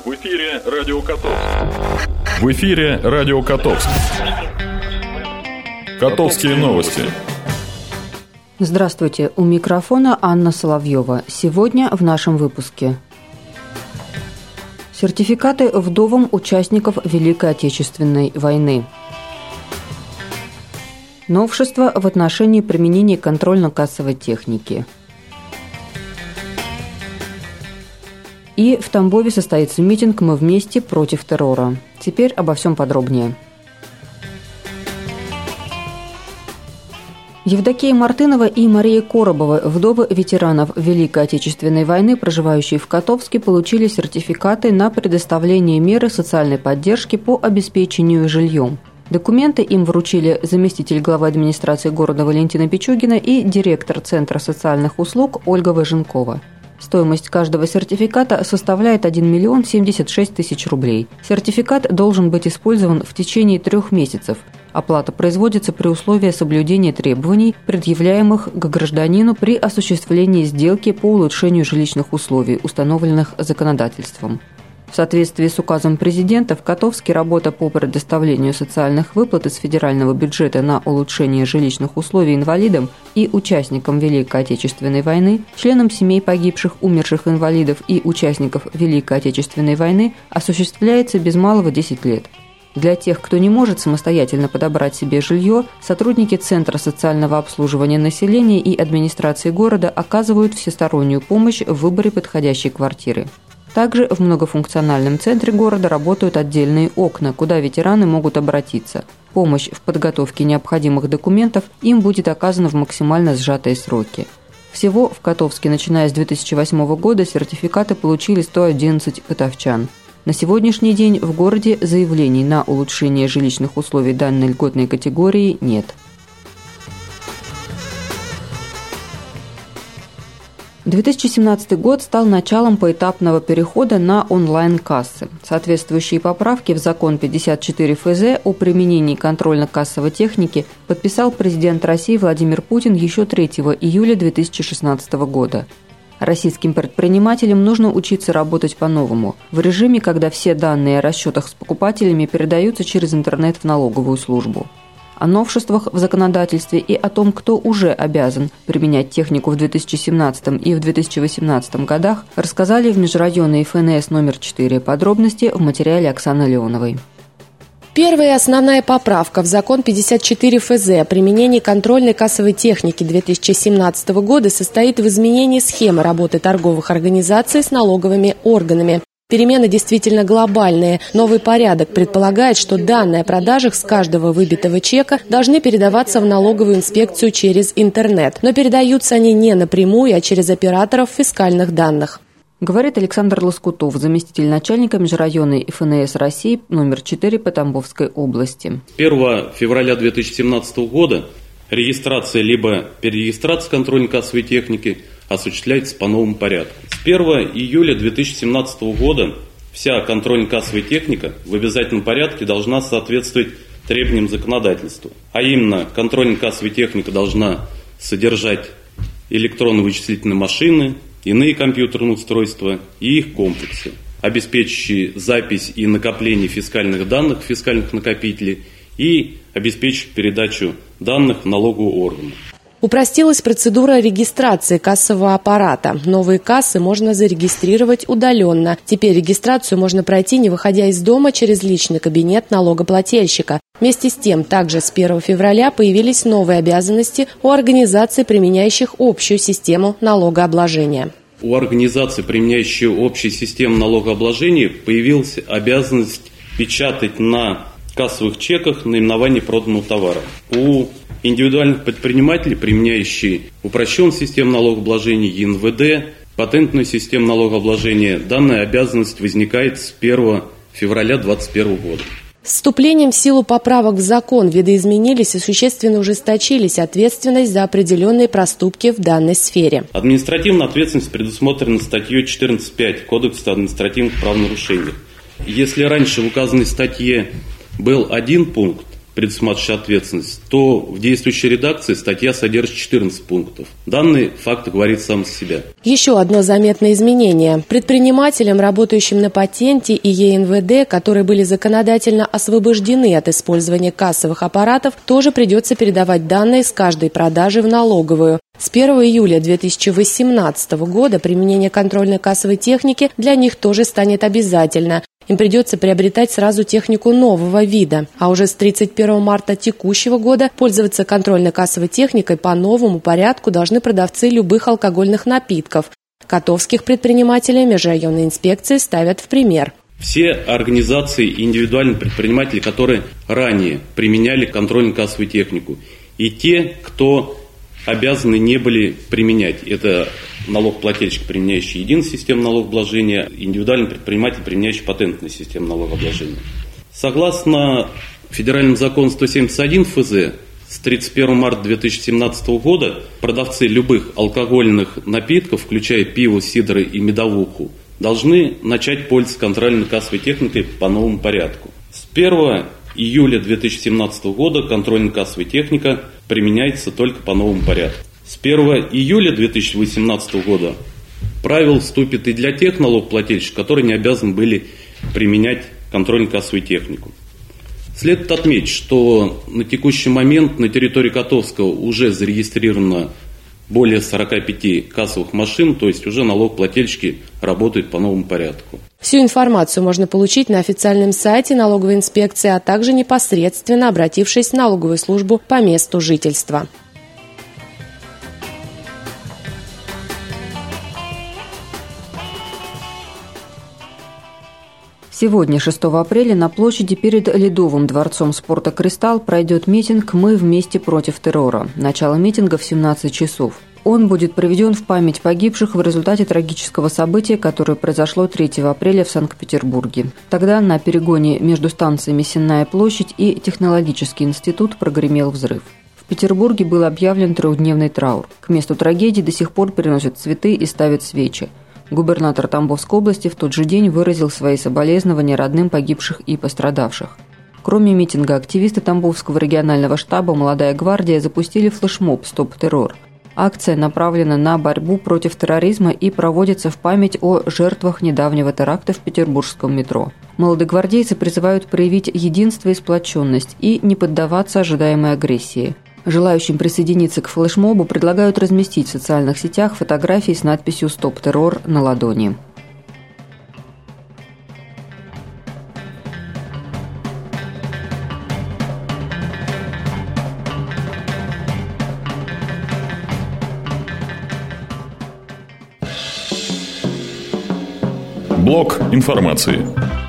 В эфире Радио Котовск. В эфире Радио Котовск. Котовские новости. Здравствуйте, у микрофона Анна Соловьева. Сегодня в нашем выпуске. Сертификаты вдовам участников Великой Отечественной войны. Новшества в отношении применения контрольно-кассовой техники. И в Тамбове состоится митинг «Мы вместе против террора». Теперь обо всем подробнее. Евдокия Мартынова и Мария Коробова, вдовы ветеранов Великой Отечественной войны, проживающие в Котовске, получили сертификаты на предоставление меры социальной поддержки по обеспечению жильем. Документы им вручили заместитель главы администрации города Валентина Пичугина и директор Центра социальных услуг Ольга Выженкова. Стоимость каждого сертификата составляет 1 миллион 76 тысяч рублей. Сертификат должен быть использован в течение 3 месяцев. Оплата производится при условии соблюдения требований, предъявляемых к гражданину при осуществлении сделки по улучшению жилищных условий, установленных законодательством. В соответствии с указом президента в Котовске работа по предоставлению социальных выплат из федерального бюджета на улучшение жилищных условий инвалидам и участникам Великой Отечественной войны, членам семей погибших, умерших инвалидов и участников Великой Отечественной войны осуществляется без малого 10 лет. Для тех, кто не может самостоятельно подобрать себе жилье, сотрудники Центра социального обслуживания населения и администрации города оказывают всестороннюю помощь в выборе подходящей квартиры. Также в многофункциональном центре города работают отдельные окна, куда ветераны могут обратиться. Помощь в подготовке необходимых документов им будет оказана в максимально сжатые сроки. Всего в Котовске, начиная с 2008 года, сертификаты получили 111 котовчан. На сегодняшний день в городе заявлений на улучшение жилищных условий данной льготной категории нет. 2017 год стал началом поэтапного перехода на онлайн-кассы. Соответствующие поправки в закон 54 ФЗ о применении контрольно-кассовой техники подписал президент России Владимир Путин еще 3 июля 2016 года. Российским предпринимателям нужно учиться работать по-новому, в режиме, когда все данные о расчетах с покупателями передаются через интернет в налоговую службу. О новшествах в законодательстве и о том, кто уже обязан применять технику в 2017 и в 2018 годах, рассказали в межрайонной ФНС номер 4. Подробности в материале Оксаны Леоновой. Первая и основная поправка в закон 54 ФЗ о применении контрольной кассовой техники 2017 года состоит в изменении схемы работы торговых организаций с налоговыми органами. Перемены действительно глобальные. Новый порядок предполагает, что данные о продажах с каждого выбитого чека должны передаваться в налоговую инспекцию через интернет. Но передаются они не напрямую, а через операторов фискальных данных. Говорит Александр Лоскутов, заместитель начальника межрайонной ФНС России номер 4 по Тамбовской области. С 1 февраля 2017 года регистрация либо перерегистрация контрольно-кассовой техники осуществляется по новому порядку. С 1 июля 2017 года вся контрольно-кассовая техника в обязательном порядке должна соответствовать требованиям законодательства. А именно, контрольно-кассовая техника должна содержать электронно-вычислительные машины, иные компьютерные устройства и их комплексы, обеспечивающие запись и накопление фискальных данных фискальных накопителей и обеспечивающие передачу данных в налоговые органы. Упростилась процедура регистрации кассового аппарата. Новые кассы можно зарегистрировать удаленно. Теперь регистрацию можно пройти, не выходя из дома, через личный кабинет налогоплательщика. Вместе с тем, также с 1 февраля появились новые обязанности у организаций, применяющих общую систему налогообложения. У организаций, применяющих общую систему налогообложения, появилась обязанность печатать на кассовых чеках наименование проданного товара. У индивидуальных предпринимателей, применяющих упрощенную систему налогообложения ЕНВД, патентную систему налогообложения, данная обязанность возникает с 1 февраля 2021 года. С вступлением в силу поправок в закон видоизменились и существенно ужесточились ответственность за определенные проступки в данной сфере. Административная ответственность предусмотрена статьей 14.5 Кодекса административных правонарушений. Если раньше в указанной статье был один пункт, предусматривающий ответственность, то в действующей редакции статья содержит 14 пунктов. Данный факт говорит сам за себя. Еще одно заметное изменение. Предпринимателям, работающим на патенте и ЕНВД, которые были законодательно освобождены от использования кассовых аппаратов, тоже придется передавать данные с каждой продажи в налоговую. С 1 июля 2018 года применение контрольно-кассовой техники для них тоже станет обязательно. Им придется приобретать сразу технику нового вида. А уже с 31 марта текущего года пользоваться контрольно-кассовой техникой по новому порядку должны продавцы любых алкогольных напитков. Котовских предпринимателей межрайонной инспекции ставят в пример. Все организации и индивидуальные предприниматели, которые ранее применяли контрольно-кассовую технику, и те, кто обязаны не были применять. Это налогоплательщик, применяющий единую систему налогообложения, индивидуальный предприниматель, применяющий патентную систему налогообложения. Согласно федеральному закону 171 ФЗ, с 31 марта 2017 года продавцы любых алкогольных напитков, включая пиво, сидр и медовуху, должны начать пользоваться контрольно-кассовой техникой по новому порядку. С 1 июля 2017 года контрольно-кассовая техника применяется только по новому порядку. С 1 июля 2018 года правило вступит и для тех налогоплательщиков, которые не обязаны были применять контрольно-кассовую технику. Следует отметить, что на текущий момент на территории Котовского уже зарегистрировано более 45 кассовых машин, то есть уже налогоплательщики работают по новому порядку. Всю информацию можно получить на официальном сайте налоговой инспекции, а также непосредственно обратившись в налоговую службу по месту жительства. Сегодня, 6 апреля, на площади перед Ледовым дворцом спорта «Кристалл» пройдет митинг «Мы вместе против террора». Начало митинга в 17 часов. Он будет проведен в память погибших в результате трагического события, которое произошло 3 апреля в Санкт-Петербурге. Тогда на перегоне между станциями Сенная площадь и Технологический институт прогремел взрыв. В Петербурге был объявлен трехдневный траур. К месту трагедии до сих пор приносят цветы и ставят свечи. Губернатор Тамбовской области в тот же день выразил свои соболезнования родным погибших и пострадавших. Кроме митинга, активисты Тамбовского регионального штаба «Молодая гвардия» запустили флешмоб «Стоп террор». Акция направлена на борьбу против терроризма и проводится в память о жертвах недавнего теракта в петербургском метро. Молодогвардейцы призывают проявить единство и сплоченность и не поддаваться ожидаемой агрессии. Желающим присоединиться к флешмобу предлагают разместить в социальных сетях фотографии с надписью «Стоп террор» на ладони. Блок информации.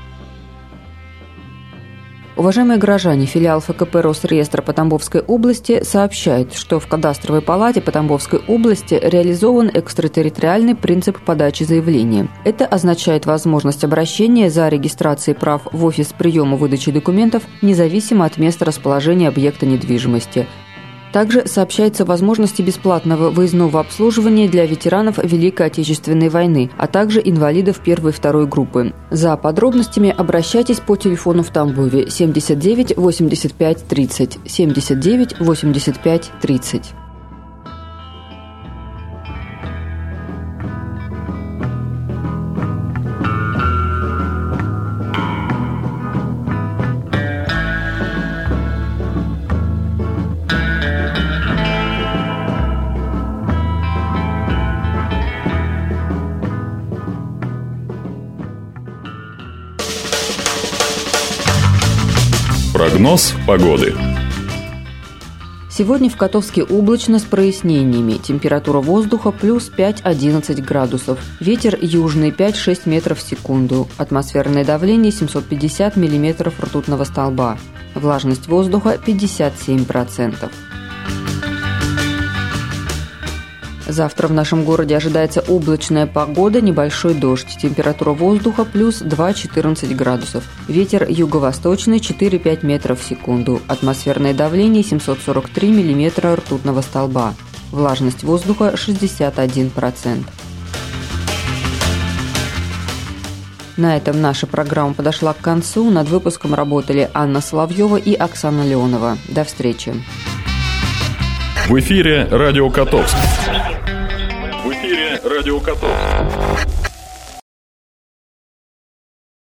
Уважаемые граждане, филиал ФКП Росреестра по Тамбовской области сообщает, что в кадастровой палате по Тамбовской области реализован экстратерриториальный принцип подачи заявления. Это означает возможность обращения за регистрацией прав в офис приема выдачи документов независимо от места расположения объекта недвижимости. Также сообщается о возможности бесплатного выездного обслуживания для ветеранов Великой Отечественной войны, а также инвалидов первой и второй группы. За подробностями обращайтесь по телефону в Тамбове 79 85 30 79 85 30. Прогноз погоды. Сегодня в Котовске облачно с прояснениями. Температура воздуха плюс 5-11 градусов. Ветер южный 5-6 метров в секунду. Атмосферное давление 750 миллиметров ртутного столба. Влажность воздуха 57%. Завтра в нашем городе ожидается облачная погода, небольшой дождь. Температура воздуха плюс 2-14 градусов. Ветер юго-восточный 4-5 метров в секунду. Атмосферное давление 743 миллиметра ртутного столба. Влажность воздуха 61%. На этом наша программа подошла к концу. Над выпуском работали Анна Соловьева и Оксана Леонова. До встречи. В эфире радио Котовск. Радио Котовск.